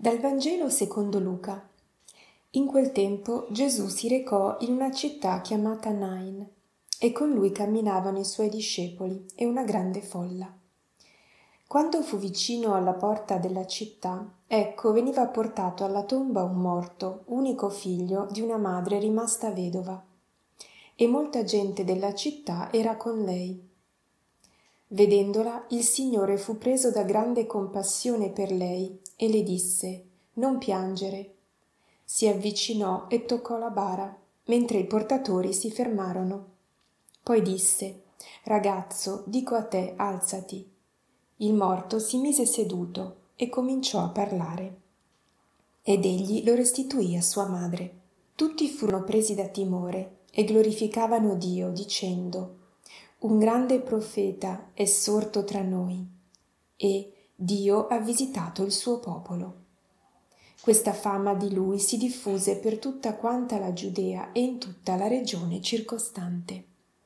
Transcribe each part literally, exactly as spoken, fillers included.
Dal Vangelo secondo Luca. In quel tempo Gesù si recò in una città chiamata Nain, e con lui camminavano i suoi discepoli e una grande folla. Quando fu vicino alla porta della città, ecco veniva portato alla tomba un morto, unico figlio di una madre rimasta vedova, e molta gente della città era con lei. Vedendola, il Signore fu preso da grande compassione per lei e le disse: «Non piangere». Si avvicinò e toccò la bara, mentre i portatori si fermarono. Poi disse: «Ragazzo, dico a te, alzati». Il morto si mise seduto e cominciò a parlare. Ed egli lo restituì a sua madre. Tutti furono presi da timore e glorificavano Dio, dicendo: «Un grande profeta è sorto tra noi, e Dio ha visitato il suo popolo». Questa fama di lui si diffuse per tutta quanta la Giudea e in tutta la regione circostante.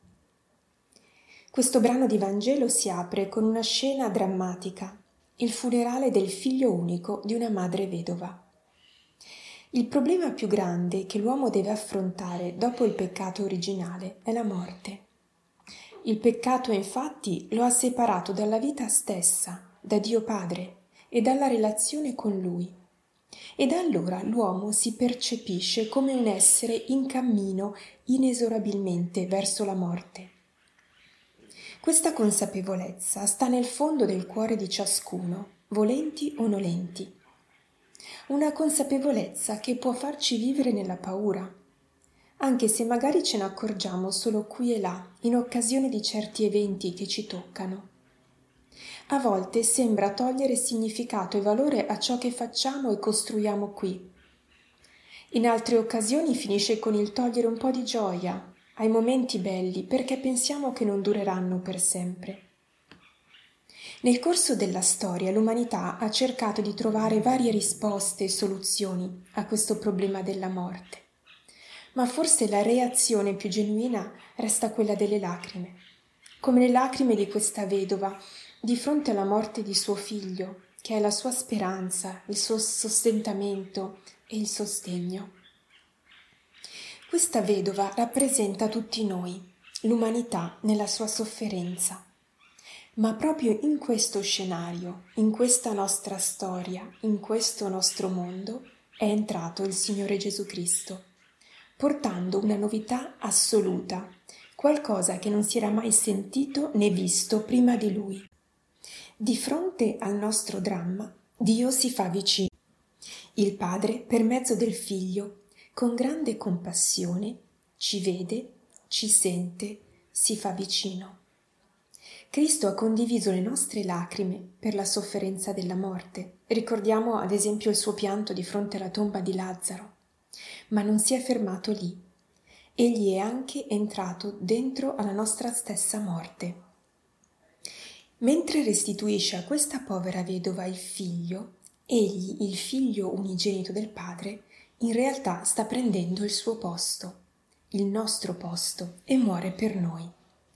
Questo brano di Vangelo si apre con una scena drammatica, il funerale del figlio unico di una madre vedova. Il problema più grande che l'uomo deve affrontare dopo il peccato originale è la morte. Il peccato, infatti, lo ha separato dalla vita stessa, da Dio Padre e dalla relazione con Lui. E da allora l'uomo si percepisce come un essere in cammino inesorabilmente verso la morte. Questa consapevolezza sta nel fondo del cuore di ciascuno, volenti o nolenti. Una consapevolezza che può farci vivere nella paura, anche se magari ce ne accorgiamo solo qui e là, in occasione di certi eventi che ci toccano. A volte sembra togliere significato e valore a ciò che facciamo e costruiamo qui. In altre occasioni finisce con il togliere un po' di gioia ai momenti belli, perché pensiamo che non dureranno per sempre. Nel corso della storia l'umanità ha cercato di trovare varie risposte e soluzioni a questo problema della morte. Ma forse la reazione più genuina resta quella delle lacrime, come le lacrime di questa vedova di fronte alla morte di suo figlio, che è la sua speranza, il suo sostentamento e il sostegno. Questa vedova rappresenta tutti noi, l'umanità nella sua sofferenza. Ma proprio in questo scenario, in questa nostra storia, in questo nostro mondo, è entrato il Signore Gesù Cristo, portando una novità assoluta, qualcosa che non si era mai sentito né visto prima di Lui. Di fronte al nostro dramma, Dio si fa vicino. Il Padre, per mezzo del Figlio, con grande compassione, ci vede, ci sente, si fa vicino. Cristo ha condiviso le nostre lacrime per la sofferenza della morte. Ricordiamo ad esempio il suo pianto di fronte alla tomba di Lazzaro. Ma non si è fermato lì. Egli è anche entrato dentro alla nostra stessa morte. Mentre restituisce a questa povera vedova il figlio, egli, il figlio unigenito del Padre, in realtà sta prendendo il suo posto, il nostro posto, e muore per noi.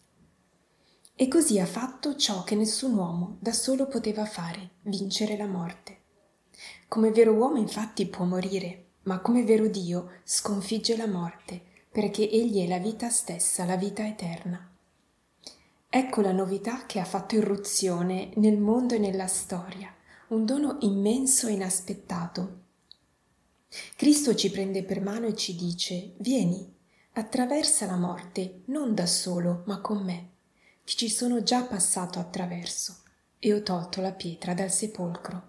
E così ha fatto ciò che nessun uomo da solo poteva fare, vincere la morte. Come vero uomo infatti può morire, ma come vero Dio sconfigge la morte, perché egli è la vita stessa, la vita eterna. Ecco la novità che ha fatto irruzione nel mondo e nella storia, un dono immenso e inaspettato. Cristo ci prende per mano e ci dice: «Vieni, attraversa la morte, non da solo, ma con me, che ci sono già passato attraverso e ho tolto la pietra dal sepolcro».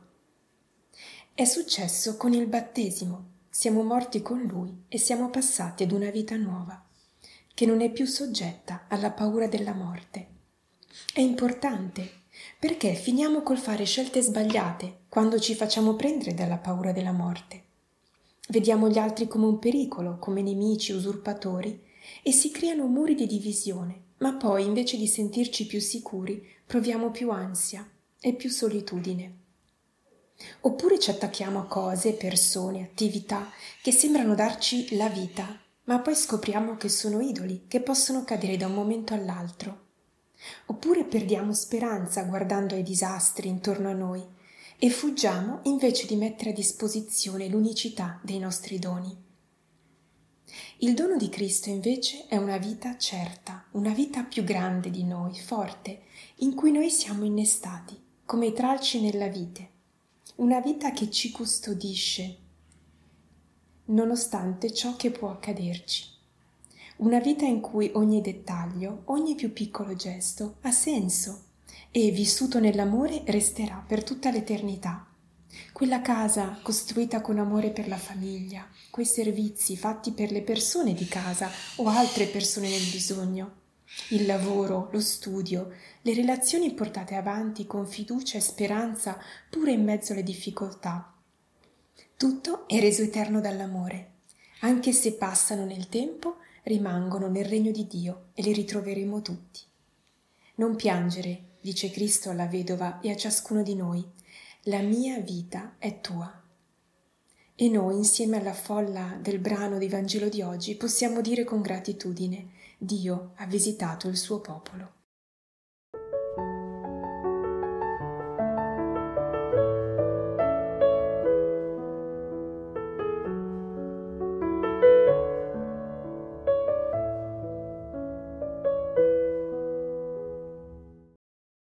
È successo con il battesimo, siamo morti con Lui e siamo passati ad una vita nuova, che non è più soggetta alla paura della morte. È importante, perché finiamo col fare scelte sbagliate quando ci facciamo prendere dalla paura della morte. Vediamo gli altri come un pericolo, come nemici, usurpatori, e si creano muri di divisione, ma poi invece di sentirci più sicuri proviamo più ansia e più solitudine. Oppure ci attacchiamo a cose, persone, attività che sembrano darci la vita, ma poi scopriamo che sono idoli che possono cadere da un momento all'altro. Oppure perdiamo speranza guardando ai disastri intorno a noi e fuggiamo invece di mettere a disposizione l'unicità dei nostri doni. Il dono di Cristo invece è una vita certa, una vita più grande di noi, forte, in cui noi siamo innestati, come i tralci nella vite, una vita che ci custodisce, nonostante ciò che può accaderci. Una vita in cui ogni dettaglio, ogni più piccolo gesto ha senso e, vissuto nell'amore, resterà per tutta l'eternità. Quella casa costruita con amore per la famiglia, quei servizi fatti per le persone di casa o altre persone nel bisogno, il lavoro, lo studio, le relazioni portate avanti con fiducia e speranza pure in mezzo alle difficoltà. Tutto è reso eterno dall'amore. Anche se passano nel tempo, rimangono nel regno di Dio e li ritroveremo tutti. Non piangere, dice Cristo alla vedova e a ciascuno di noi. La mia vita è tua. E noi, insieme alla folla del brano di Vangelo di oggi, possiamo dire con gratitudine: Dio ha visitato il suo popolo.